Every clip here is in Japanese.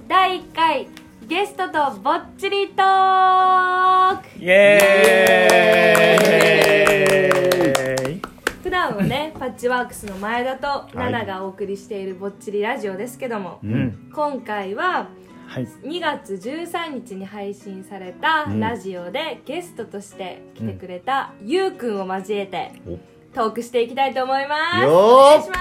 第1回ゲストとぼっちりトークイエーイ。 普段はねパッチワークスの前田とナナがお送りしているぼっちりラジオですけども、今回は2月13日に配信されたラジオでゲストとして来てくれたゆうくんを交えてトークしていきたいと思います。お願いします。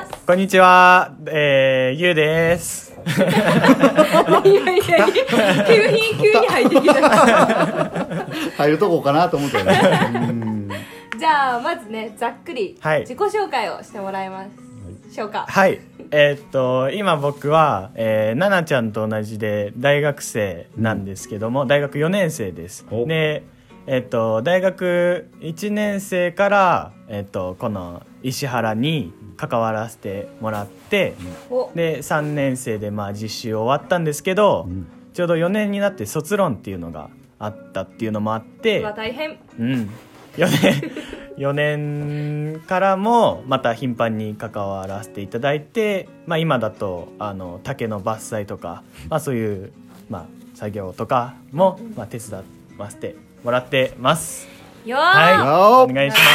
こんにちは、ゆうです。 いや急に入ってきた。 入るとこかなと思ったよね。 じゃあまずねざっくり自己紹介をしてもらいますしょうか。 はい、今僕は、ななちゃんと同じで大学生なんですけども、大学4年生です。で、大学1年生から、この石原に関わらせてもらって、で3年生で実習終わったんですけど、ちょうど4年になって卒論っていうのがあったっていうのもあって、 大変。 4年からもまた頻繁に関わらせていただいて、今だと竹の伐採とか、そういう、作業とかも、手伝わせてもらってます。はい、お願いします。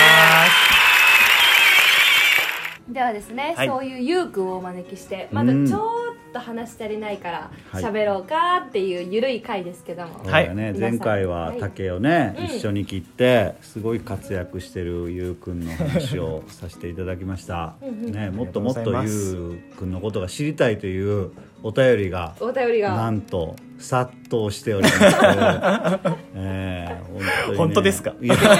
ではですね、そういうゆうくんをお招きしてまだちょっと話し足りないから喋ろうかっていうゆるい回ですけども、 前回は竹をね、一緒に切ってすごい活躍してるゆうくんの話をさせていただきましたね。もっともっとゆうくんのことが知りたいというお便りがなんと殺到しております。 本当ですか？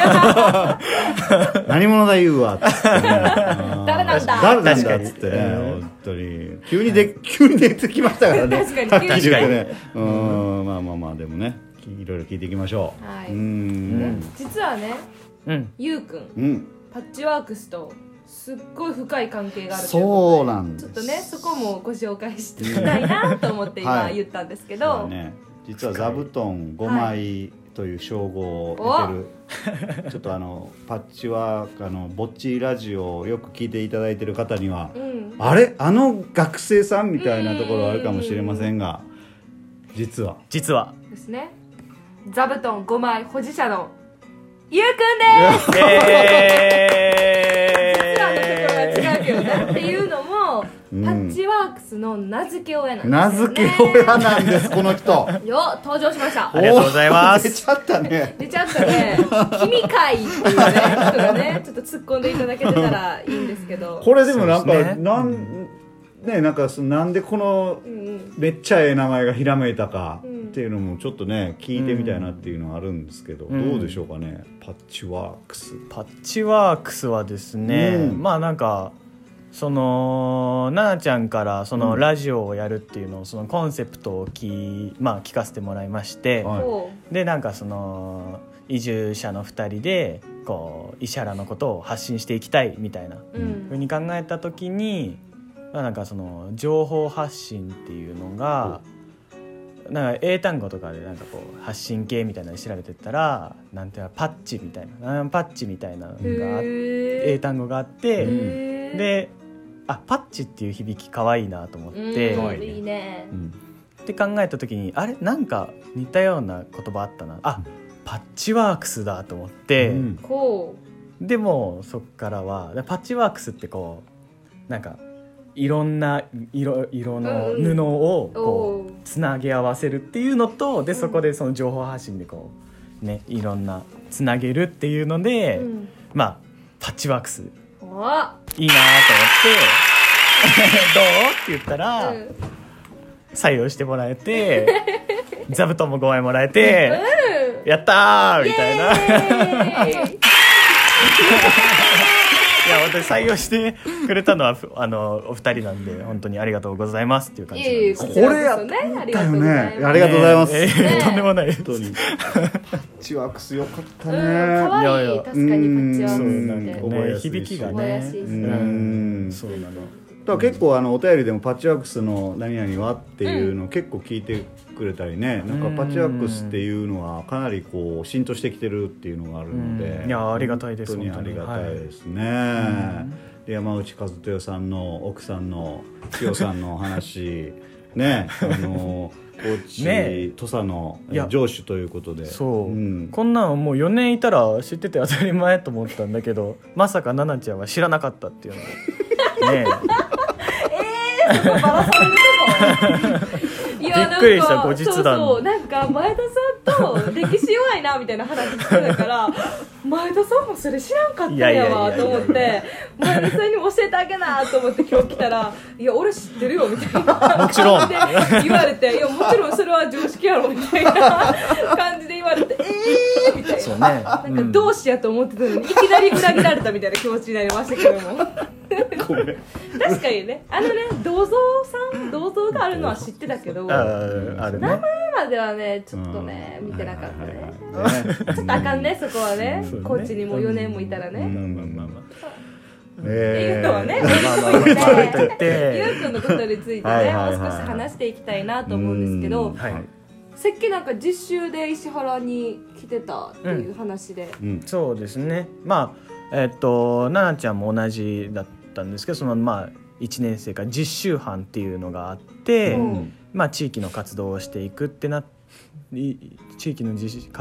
何者だ言うわっつってね、 誰なんだっつってね、本当に急に出てきましたからね。 確かにね。まあでもね、いろいろ聞いていきましょう。 実はね、ゆうくんパッチワークスとすっごい深い関係があるということで、そうなんです。ちょっとねそこもご紹介したいなと思って今言ったんですけど、 実は座布団5枚という称号を得てる、ちょっとパッチワークぼっちラジオをよく聞いていただいてる方には、あれ学生さんみたいなところあるかもしれませんが、実はですね、座布団5枚保持者のゆうくんです。実はのところが違うけどねっていうのも、パッチワークスの名付け親なんですよね。 名付け親なんですこの人。 登場しました。 ありがとうございます。 出ちゃったね。 君かいっていうね人がねちょっと突っ込んでいただけてたらいいんですけど、 これでもなんでこのめっちゃええ名前がひらめいたかっていうのもちょっとね聞いてみたいなっていうのはあるんですけど、どうでしょうかね。パッチワークスはですね、なんかそのななちゃんからそのラジオをやるっていうのをそのコンセプトを聞かせてもらいまして、でなんかその移住者の2人でこう石原のことを発信していきたいみたいなふうに考えた時に、なんかその情報発信っていうのがなんか英単語とかでなんかこう発信系みたいなの調べてったら、なんていうのパッチみたいなのが英単語があって、でパッチっていう響き可愛いなと思って、 いいねって考えた時に、あれなんか似たような言葉あったな、パッチワークスだと思って、でもそっからはパッチワークスってこうなんかいろんな色の布をこうつなげ合わせるっていうのと、でそこでその情報発信でこうねいろんなつなげるっていうので、パッチワークスいいなと思ってどうって言ったら、採用してもらえて座布団も5枚もらえて、やったーみたいな。いや本当に採用してくれたのはお二人なんで本当にありがとうございますっていう感じなんです。 これやったよね。ありがとうございます。 とんでもない。 本当にパッチワークスよかったね。 可愛い。確かにパッチワークスって響きがね。そうなの。 だから結構お便りでもパッチワークスの何々はっていうのを結構聞いてくれたりね、なんかパッチワークスっていうのはかなりこう浸透してきてるっていうのがあるので、 いやありがたいです。 本当にありがたいですね。で山内和豊さんの奥さんの千代さんの話ね高知、土佐の城主ということで、 そう、こんなんもう4年いたら知ってて当たり前と思ったんだけど、まさか奈々ちゃんは知らなかったっていうのねそこバラされるとこびっくりした後日談。 そうなんか前田さんと歴史弱いなみたいな話してたから前田さんもそれ知らんかったんやわと思って前田さんに教えてあげなと思って今日来たらいや俺知ってるよみたいなもちろんで言われていやもちろんそれは常識やろみたいな感じで言われてみたいな、 そうね、 なんか同志やと思ってたのにいきなり裏切られたみたいな気持ちになりましたけども確かにね銅像があるのは知ってたけどあるね、 名前まではねちょっとね見てなかったね、ちょっとあかんねそこはね、高知にも4年もいたらね、っていうのはね、ゆうくんのことについてねもう少し話していきたいなと思うんですけど、さっきなんか実習で石原に来てたっていう話で、 そうですね、まあ奈々ちゃんも同じだったんですけど、そのまあ1年生から実習班っていうのがあって、まあ、地域の活動をしていくって地域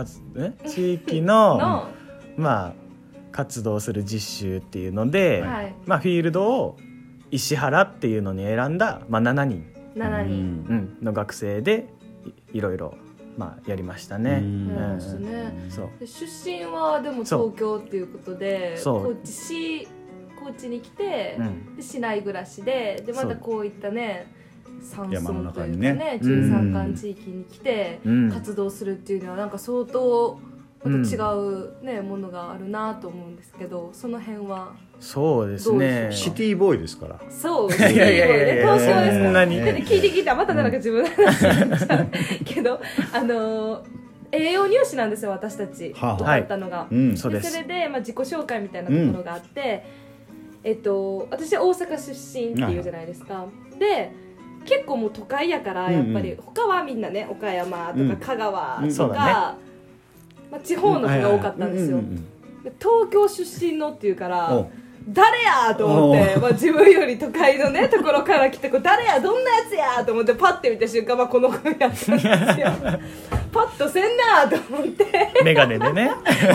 のまあ活動する実習っていうので、まあ、フィールドを石原っていうのに選んだ、まあ、7人の学生でいろいろまあやりましたね。 で出身はでも東京っていうことで高知に来て、で市内暮らしでまたこういったね山村というかね中山間地域に来て活動するっていうのはなんか相当また違う、ねものがあるなと思うんですけど、その辺はそうですね、 シティボーイですから。 そうシティボーイね、東京ですからね。で聞いてきたまたなんか自分の話になっちゃうけど栄養入試なんですよ私たち受かったのが、それで、まあ、自己紹介みたいなところがあって、私は大阪出身っていうじゃないですか、で結構もう都会やからやっぱり他はみんなね岡山とか香川とか、まあ、地方の子が多かったんですよ、東京出身のっていうから誰やと思って、まあ、自分より都会のねところから来て誰やどんなやつやと思ってパッて見た瞬間、まあ、この子やったんですよパッとせんなと思ってメガネでね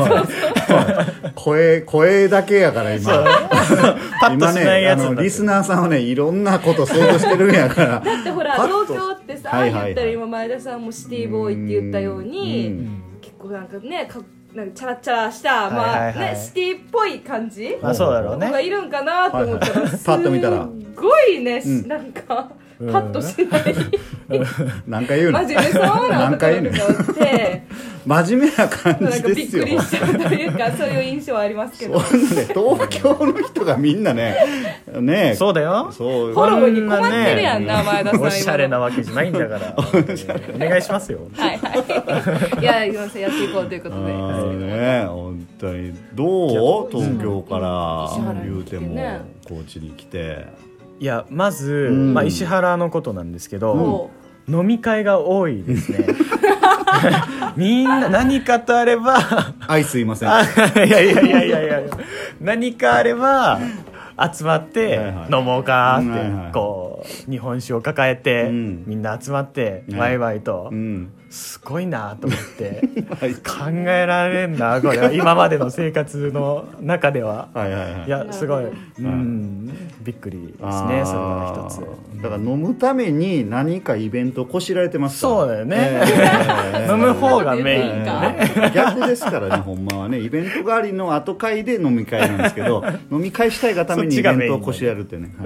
声だけやから今今ねリスナーさんはねいろんなこと想像してるんやからだってほら東京ってさ、言ったら今前田さんもシティボーイって言ったように、結構なんかねなんかチャラチャラした、まあね、シティっぽい感じそうだろうねがいるんかなと思ったら、 パッと見たらすごいね、なんかパッとしない何回言うの真面目そうなところがあって真面目な感じですよ。 なんかびっくりしちゃうというかそういう印象はありますけど、 そんなね東京の人がみんなねそうだよ、 フォローに困ってるやんな、前田さんおしゃれなわけじゃないんだからお願いしますよ。 はいはいいややっていこうということでね、本当にどう東京から言うても高知に来て、 いやまず、まあ、石原のことなんですけど、飲み会が多いですねみんな何かとあればすいませんいや何かあれば集まって飲もうかってこう日本酒を抱えてみんな集まってワイワイとすごいなと思って考えられんなこれは今までの生活の中ではいやすごいびっくりですね。それが一つだから飲むために何かイベントをこしられてますから。 そうだよね、飲む方がメインね逆ですからねほんまはねイベント代わりの後会で飲み会なんですけど飲み会したいがためにイベントをこしられるってね、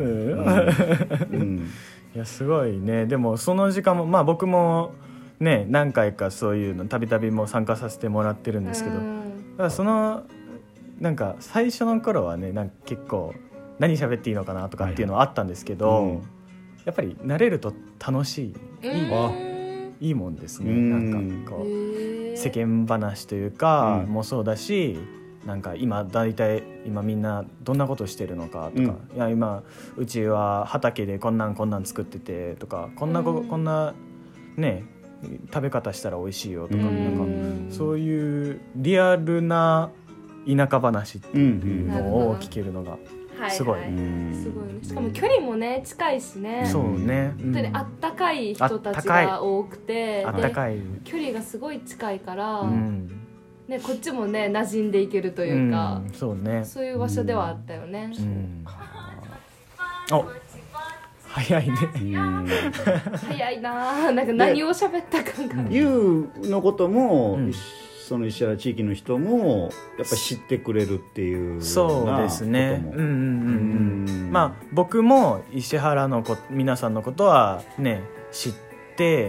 いやすごいね。でもその時間もまあ僕もね何回かそういうのたびたびも参加させてもらってるんですけど、だからそのなんか最初の頃はねなんか結構何喋っていいのかなとかっていうのはあったんですけど、やっぱり慣れると楽しい、いいもんですね。なんかこう世間話というかもそうだし、なんか今大体今みんなどんなことしてるのかとか、いや今うちは畑でこんなん作っててとかこんなね食べ方したら美味しいよとか、なんかそういうリアルな田舎話っていうのを聞けるのがすごい、 すごいね。しかも距離もね近いしね。 そうね、 本当にあったかい人たちが多くて、 あったかい距離がすごい近いから、ね、こっちもね馴染んでいけるというか、 そうね、 そういう場所ではあったよね。 お、早いね。 早いな。なんか何を喋ったかが。 ゆうのことも、その石原地域の人もやっぱり知ってくれるっていうそうですね。まあ僕も石原の皆さんのことはね知って、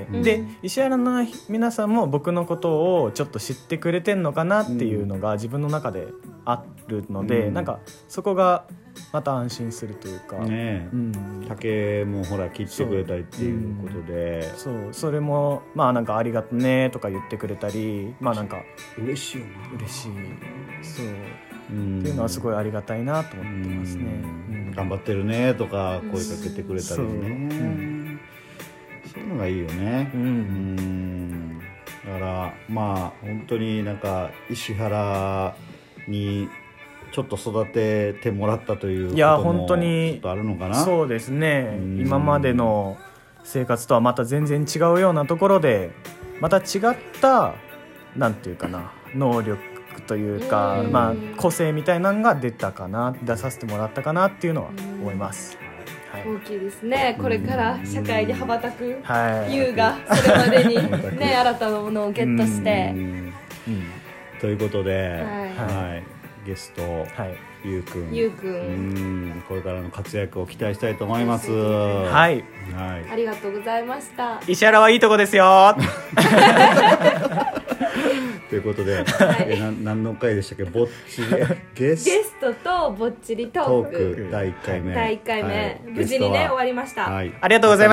で石原の皆さんも僕のことをちょっと知ってくれてんのかなっていうのが自分の中であるので、なんかそこがまた安心するというかね、竹もほら切ってくれたりっていうことで、 それもまあなんかありがとねとか言ってくれたり、まあなんか嬉しいよな、 嬉しい、そうっていうのはすごいありがたいなと思ってますね。 頑張ってるねとか声かけてくれたりね、そういうのがいいよね。だからまあ本当になんか石原にちょっと育ててもらったということもちょっとあるのかな。 そうですね、今までの生活とはまた全然違うようなところでまた違ったなんていうかな能力というか、まあ、個性みたいなのが出させてもらったかなっていうのは思います。 大きいですね。これから社会に羽ばたく優がそれまでにね新たなものをゲットしてということで、ゲスト、ゆうくん、これからの活躍を期待したいと思います。 ありがとうございました。 石原はいいとこですよということで、何の回でしたっけ？ぼっちりゲストとぼっちりトーク第1回目無事にね終わりました。 ありがとうございます。